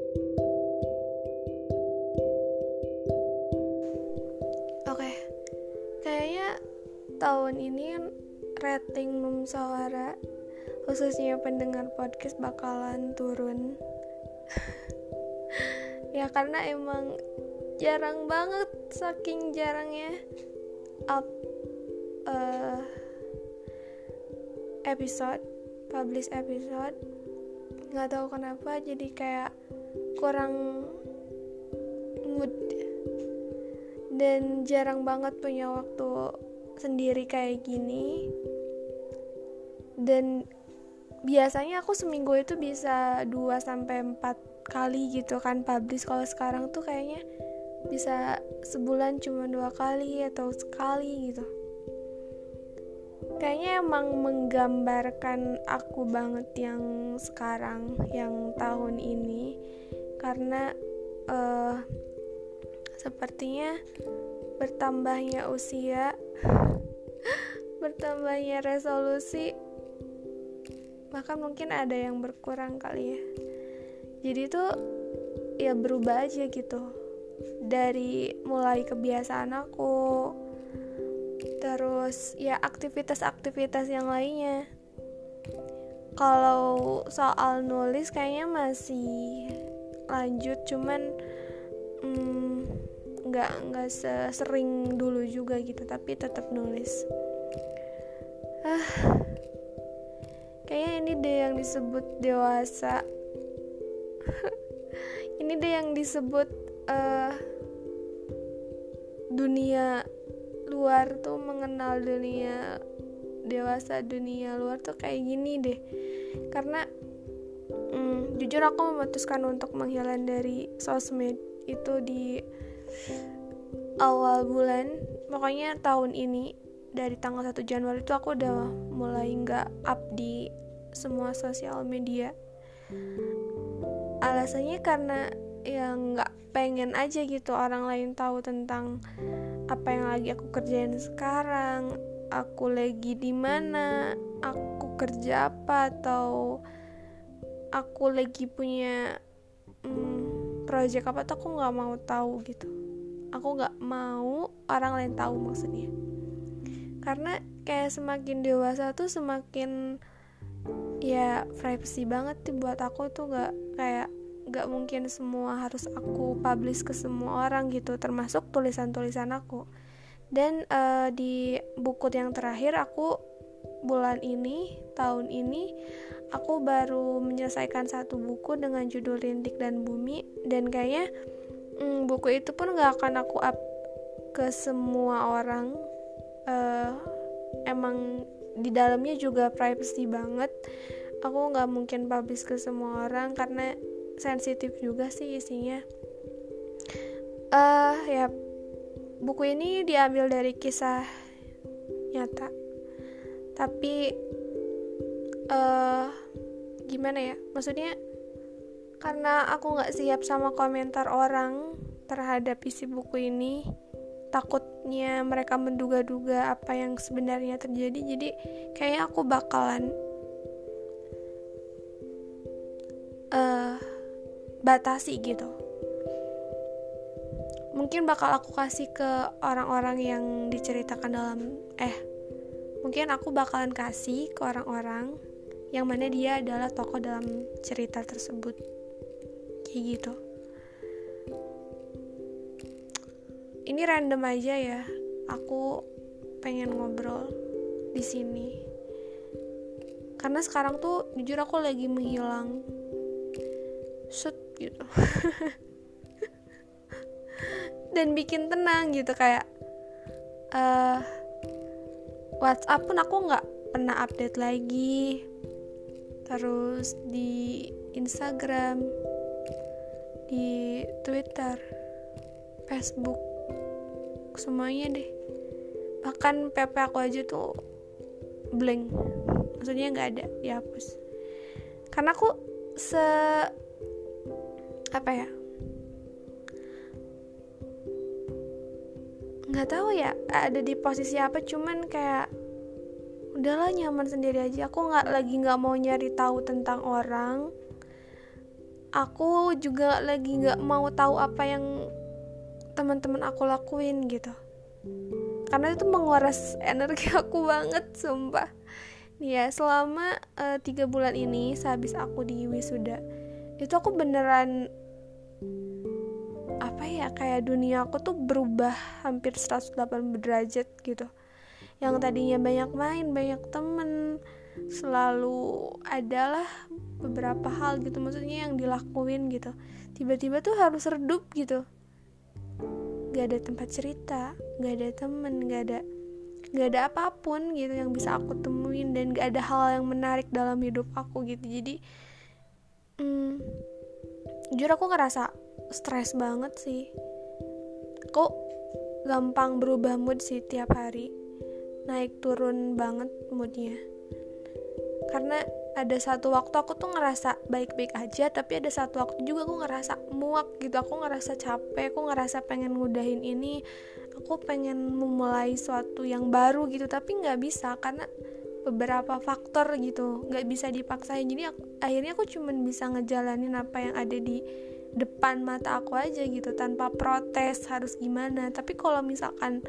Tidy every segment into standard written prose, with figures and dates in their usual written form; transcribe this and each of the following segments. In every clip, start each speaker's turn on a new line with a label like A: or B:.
A: Oke, kayaknya tahun ini rating Numsawara khususnya pendengar podcast bakalan turun. Ya karena emang jarang banget, saking jarangnya up publish episode. Nggak tahu kenapa jadi kayak kurang mood dan jarang banget punya waktu sendiri kayak gini. Dan biasanya aku seminggu itu bisa 2-4 kali gitu kan publish. Kalau sekarang tuh kayaknya bisa sebulan cuma 2 kali atau sekali gitu. Kayaknya emang menggambarkan aku banget yang sekarang, yang tahun ini. Karena sepertinya bertambahnya usia, bertambahnya resolusi, bahkan mungkin ada yang berkurang kali ya. Jadi tuh ya berubah aja gitu, dari mulai kebiasaan aku, terus ya aktivitas-aktivitas yang lainnya. Kalau soal nulis kayaknya masih lanjut, cuman nggak sesering dulu juga gitu, tapi tetap nulis. Kayaknya ini deh yang disebut dewasa. Ini deh yang disebut dunia luar tuh, mengenal dunia dewasa, dunia luar tuh kayak gini deh. Karena jujur aku memutuskan untuk menghilang dari sosmed itu di awal bulan, pokoknya tahun ini dari tanggal 1 Januari itu aku udah mulai gak up di semua sosial media. Alasannya karena ya gak pengen aja gitu orang lain tahu tentang apa yang lagi aku kerjain sekarang, aku lagi di mana, aku kerja apa, atau aku lagi punya project apa tuh aku nggak mau tahu gitu. Aku nggak mau orang lain tahu maksudnya. Karena kayak semakin dewasa tuh semakin ya privacy banget sih buat aku tuh, nggak mungkin semua harus aku publish ke semua orang gitu, termasuk tulisan-tulisan aku. Dan di buku yang terakhir aku tahun ini aku baru menyelesaikan satu buku dengan judul Rintik dan Bumi, dan kayaknya buku itu pun gak akan aku up ke semua orang. Emang di dalamnya juga privacy banget, aku gak mungkin publish ke semua orang karena sensitif juga sih isinya. Ya buku ini diambil dari kisah nyata, tapi gimana ya, maksudnya karena aku gak siap sama komentar orang terhadap isi buku ini, takutnya mereka menduga-duga apa yang sebenarnya terjadi, jadi kayaknya aku bakalan batasi gitu. Mungkin bakal aku kasih ke orang-orang yang diceritakan dalam mungkin aku bakalan kasih ke orang-orang yang mana dia adalah tokoh dalam cerita tersebut, kayak gitu. Ini random aja ya, aku pengen ngobrol di sini karena sekarang tuh jujur aku lagi menghilang gitu. Dan bikin tenang gitu, kayak WhatsApp pun aku gak pernah update lagi, terus di Instagram, di Twitter, Facebook, semuanya deh. Bahkan PP aku aja tuh blank, maksudnya gak ada, dihapus. Karena aku nggak tahu ya ada di posisi apa, cuman kayak udahlah nyaman sendiri aja. Aku nggak mau nyari tahu tentang orang, aku juga lagi nggak mau tahu apa yang teman-teman aku lakuin gitu, karena itu menguras energi aku banget sumpah. Ya selama 3 bulan ini sehabis aku di wisuda itu aku beneran apa ya, kayak dunia aku tuh berubah hampir 180 derajat gitu. Yang tadinya banyak main, banyak temen, selalu adalah beberapa hal gitu, maksudnya yang dilakuin gitu, tiba-tiba tuh harus redup gitu. Gak ada tempat cerita, gak ada temen, gak ada apapun gitu yang bisa aku temuin, dan gak ada hal yang menarik dalam hidup aku gitu. Jadi jujur aku ngerasa stres banget sih. Aku gampang berubah mood sih tiap hari, naik turun banget moodnya. Karena ada satu waktu aku tuh ngerasa baik-baik aja, tapi ada satu waktu juga aku ngerasa muak gitu. Aku ngerasa capek, aku ngerasa pengen ngudahin ini, aku pengen memulai sesuatu yang baru gitu, tapi gak bisa karena beberapa faktor gitu, gak bisa dipaksain. Jadi akhirnya aku cuman bisa ngejalanin apa yang ada di depan mata aku aja gitu, tanpa protes harus gimana. Tapi kalau misalkan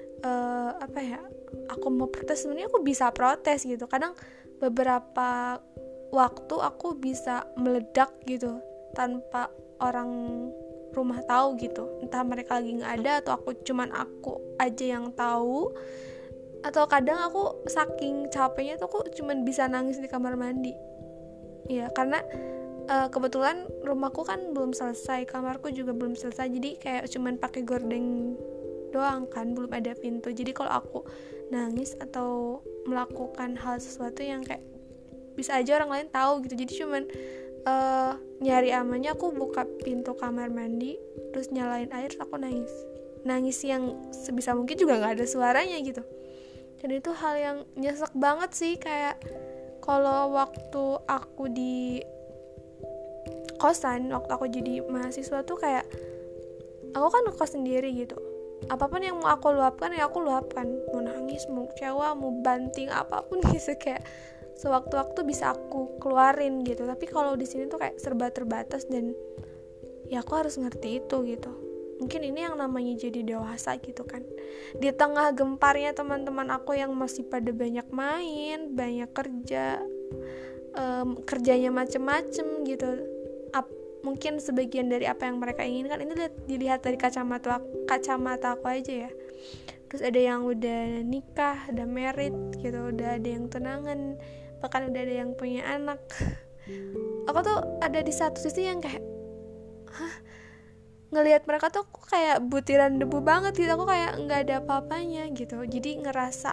A: aku mau protes, sebenarnya aku bisa protes gitu. Kadang beberapa waktu aku bisa meledak gitu tanpa orang rumah tahu gitu, entah mereka lagi nggak ada atau aku aja yang tahu. Atau kadang aku saking capeknya tuh aku cuman bisa nangis di kamar mandi ya, karena kebetulan rumahku kan belum selesai, kamarku juga belum selesai, jadi kayak cuman pakai gorden doang kan, belum ada pintu. Jadi kalau aku nangis atau melakukan hal sesuatu yang kayak bisa aja orang lain tahu gitu, jadi cuman nyari amannya aku buka pintu kamar mandi, terus nyalain air, terus aku nangis yang sebisa mungkin juga nggak ada suaranya gitu. Dan itu hal yang nyesek banget sih. Kayak kalau waktu aku di kosan, waktu aku jadi mahasiswa tuh kayak aku kan ngekos sendiri gitu, apapun yang mau aku luapkan ya aku luapkan, mau nangis, mau kecewa, mau banting, apapun gitu, kayak sewaktu-waktu bisa aku keluarin gitu. Tapi kalau di sini tuh kayak serba terbatas, dan ya aku harus ngerti itu gitu. Mungkin ini yang namanya jadi dewasa gitu kan, di tengah gemparnya teman-teman aku yang masih pada banyak main, banyak kerja, kerjanya macem-macem gitu. Mungkin sebagian dari apa yang mereka inginkan ini dilihat dari kacamata aku aja ya. Terus ada yang udah nikah, udah married gitu, udah ada yang tunangan, bahkan udah ada yang punya anak. Aku tuh ada di satu sisi yang kayak ngelihat mereka tuh aku kayak butiran debu banget gitu, aku kayak nggak ada apa-apanya gitu. Jadi ngerasa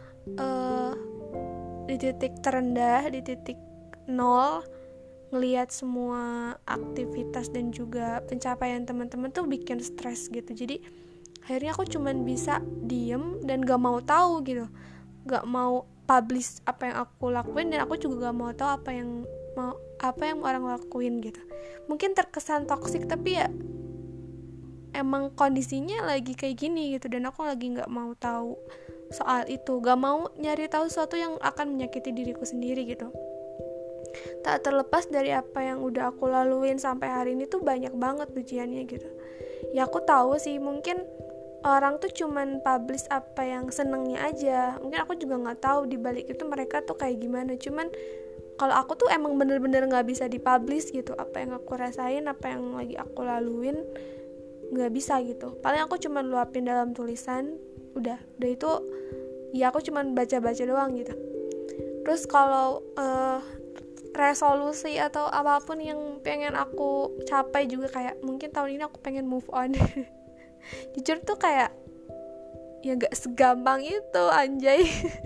A: di titik terendah, di titik nol, ngelihat semua aktivitas dan juga pencapaian teman-teman tuh bikin stres gitu. Jadi akhirnya aku cuman bisa diem dan gak mau tahu gitu, gak mau publish apa yang aku lakuin, dan aku juga gak mau tahu apa yang orang lakuin gitu. Mungkin terkesan toksik, tapi ya emang kondisinya lagi kayak gini gitu, dan aku lagi gak mau tahu soal itu, gak mau nyari tahu sesuatu yang akan menyakiti diriku sendiri gitu. Tak terlepas dari apa yang udah aku laluin sampai hari ini tuh banyak banget ujiannya gitu. Ya aku tahu sih mungkin orang tuh cuman publish apa yang senengnya aja. Mungkin aku juga nggak tahu di balik itu mereka tuh kayak gimana. Cuman kalau aku tuh emang bener-bener nggak bisa dipublish gitu. Apa yang aku rasain, apa yang lagi aku laluin, nggak bisa gitu. Paling aku cuman luapin dalam tulisan. Udah itu ya aku cuman baca-baca doang gitu. Terus kalau resolusi atau apapun yang pengen aku capai juga, kayak mungkin tahun ini aku pengen move on. Jujur tuh kayak ya gak segampang itu anjay.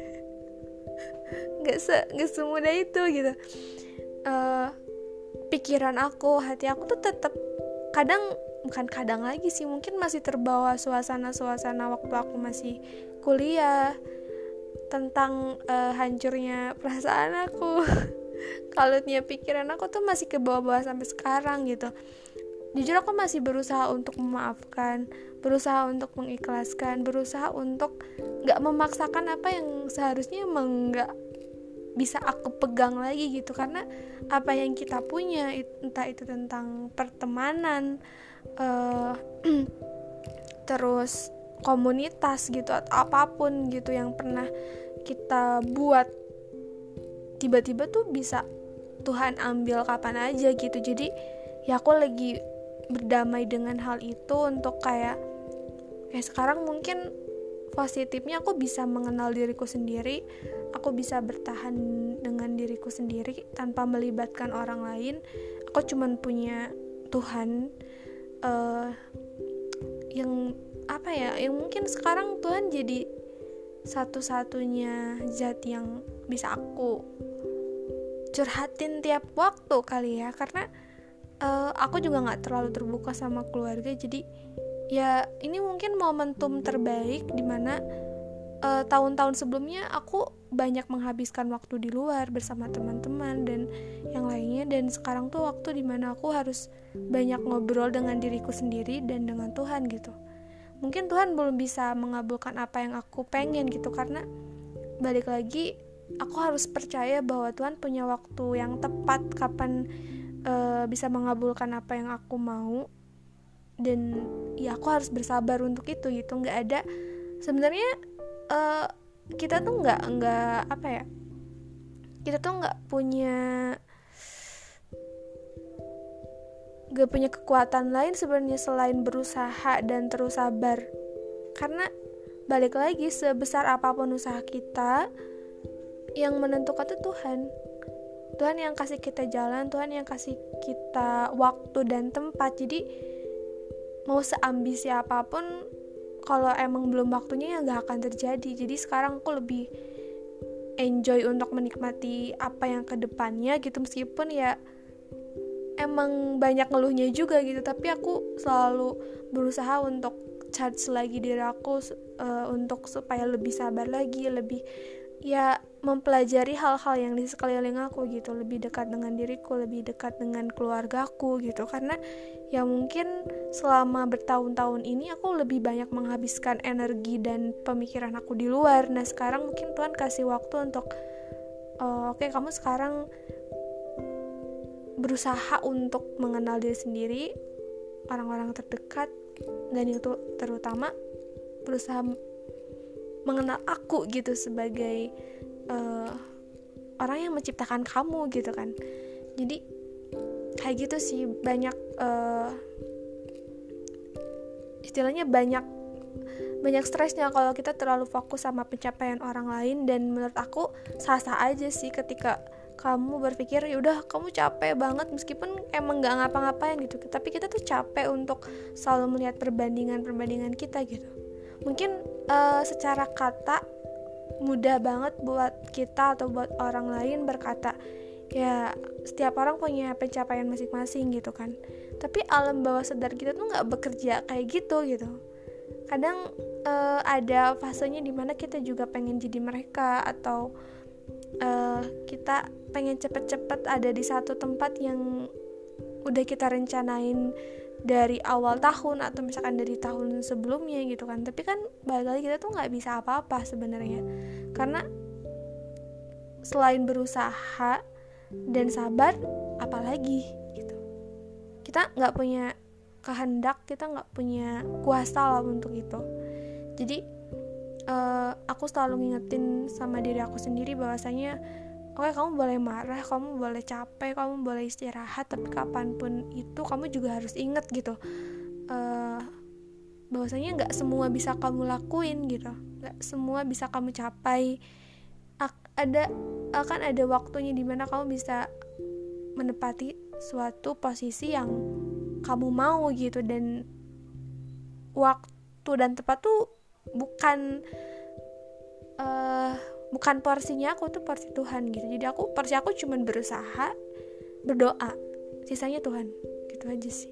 A: gak semudah itu gitu. Pikiran aku, hati aku tuh tetap bukan kadang lagi sih, mungkin masih terbawa suasana waktu aku masih kuliah, tentang hancurnya perasaan aku. Kalutnya pikiran aku tuh masih ke bawah-bawah sampai sekarang gitu. Jujur aku masih berusaha untuk memaafkan, berusaha untuk mengikhlaskan, berusaha untuk gak memaksakan apa yang seharusnya emang bisa aku pegang lagi gitu. Karena apa yang kita punya, entah itu tentang pertemanan, terus komunitas gitu, atau apapun gitu yang pernah kita buat, tiba-tiba tuh bisa Tuhan ambil kapan aja gitu. Jadi ya aku lagi berdamai dengan hal itu, untuk kayak sekarang mungkin positifnya aku bisa mengenal diriku sendiri, aku bisa bertahan dengan diriku sendiri tanpa melibatkan orang lain. Aku cuman punya Tuhan, yang apa ya, yang mungkin sekarang Tuhan jadi satu-satunya zat yang bisa aku curhatin tiap waktu kali ya. Karena aku juga nggak terlalu terbuka sama keluarga, jadi ya ini mungkin momentum terbaik dimana tahun-tahun sebelumnya aku banyak menghabiskan waktu di luar bersama teman-teman dan yang lainnya, dan sekarang tuh waktu dimana aku harus banyak ngobrol dengan diriku sendiri dan dengan Tuhan gitu. Mungkin Tuhan belum bisa mengabulkan apa yang aku pengen gitu, karena balik lagi aku harus percaya bahwa Tuhan punya waktu yang tepat kapan bisa mengabulkan apa yang aku mau, dan ya aku harus bersabar untuk itu gitu. Nggak ada sebenarnya, kita tuh nggak apa ya, kita tuh nggak punya kekuatan lain sebenarnya selain berusaha dan terus sabar. Karena balik lagi, sebesar apapun usaha kita, yang menentukan itu Tuhan. Tuhan yang kasih kita jalan, Tuhan yang kasih kita waktu dan tempat. Jadi mau seambisi apapun, kalau emang belum waktunya ya gak akan terjadi. Jadi sekarang aku lebih enjoy untuk menikmati apa yang kedepannya gitu, meskipun ya emang banyak ngeluhnya juga gitu, tapi aku selalu berusaha untuk charge lagi diri aku, untuk supaya lebih sabar lagi, lebih ya mempelajari hal-hal yang di sekeliling aku gitu, lebih dekat dengan diriku, lebih dekat dengan keluargaku gitu. Karena ya mungkin selama bertahun-tahun ini aku lebih banyak menghabiskan energi dan pemikiran aku di luar. Nah sekarang mungkin Tuhan kasih waktu untuk oke, kamu sekarang berusaha untuk mengenal diri sendiri, orang-orang terdekat, dan itu terutama berusaha mengenal aku gitu sebagai orang yang menciptakan kamu gitu kan. Jadi kayak gitu sih, banyak istilahnya banyak stresnya kalau kita terlalu fokus sama pencapaian orang lain. Dan menurut aku sah-sah aja sih ketika kamu berpikir yaudah kamu capek banget meskipun emang gak ngapa-ngapain gitu, tapi kita tuh capek untuk selalu melihat perbandingan kita gitu. Mungkin secara kata mudah banget buat kita atau buat orang lain berkata ya setiap orang punya pencapaian masing-masing gitu kan, tapi alam bawah sadar kita tuh gak bekerja kayak gitu. Kadang ada fasenya dimana kita juga pengen jadi mereka, atau kita pengen cepet-cepet ada di satu tempat yang udah kita rencanain dari awal tahun atau misalkan dari tahun sebelumnya gitu kan. Tapi kan balik lagi kita tuh nggak bisa apa-apa sebenarnya, karena selain berusaha dan sabar apalagi gitu, kita nggak punya kehendak, kita nggak punya kuasa lah untuk itu. Jadi aku selalu ngingetin sama diri aku sendiri bahwasanya oke, kamu boleh marah, kamu boleh capek, kamu boleh istirahat, tapi kapanpun itu kamu juga harus inget gitu, bahwasanya nggak semua bisa kamu lakuin gitu, nggak semua bisa kamu capai. Akan ada waktunya dimana kamu bisa menepati suatu posisi yang kamu mau gitu, dan waktu dan tepat tuh bukan porsinya aku, tuh porsi Tuhan gitu. Jadi porsi aku cuman berusaha, berdoa, sisanya Tuhan, gitu aja sih.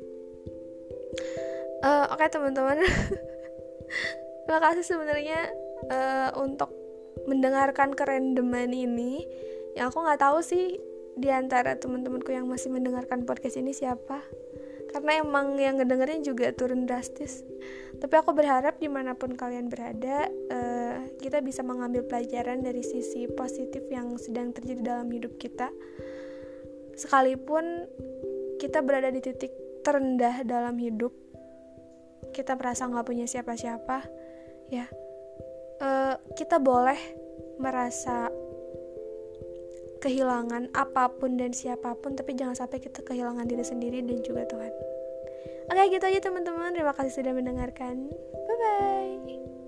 A: Oke teman-teman, terima kasih sebenarnya untuk mendengarkan kerandoman ini. Yang aku nggak tahu sih di antara teman-temanku yang masih mendengarkan podcast ini siapa, karena emang yang ngedengerin juga turun drastis. Tapi aku berharap dimanapun kalian berada, kita bisa mengambil pelajaran dari sisi positif yang sedang terjadi dalam hidup kita. Sekalipun kita berada di titik terendah dalam hidup, kita merasa gak punya siapa-siapa, ya, kita boleh merasa kehilangan apapun dan siapapun, tapi jangan sampai kita kehilangan diri sendiri dan juga Tuhan. Oke, gitu aja teman-teman. Terima kasih sudah mendengarkan. Bye-bye.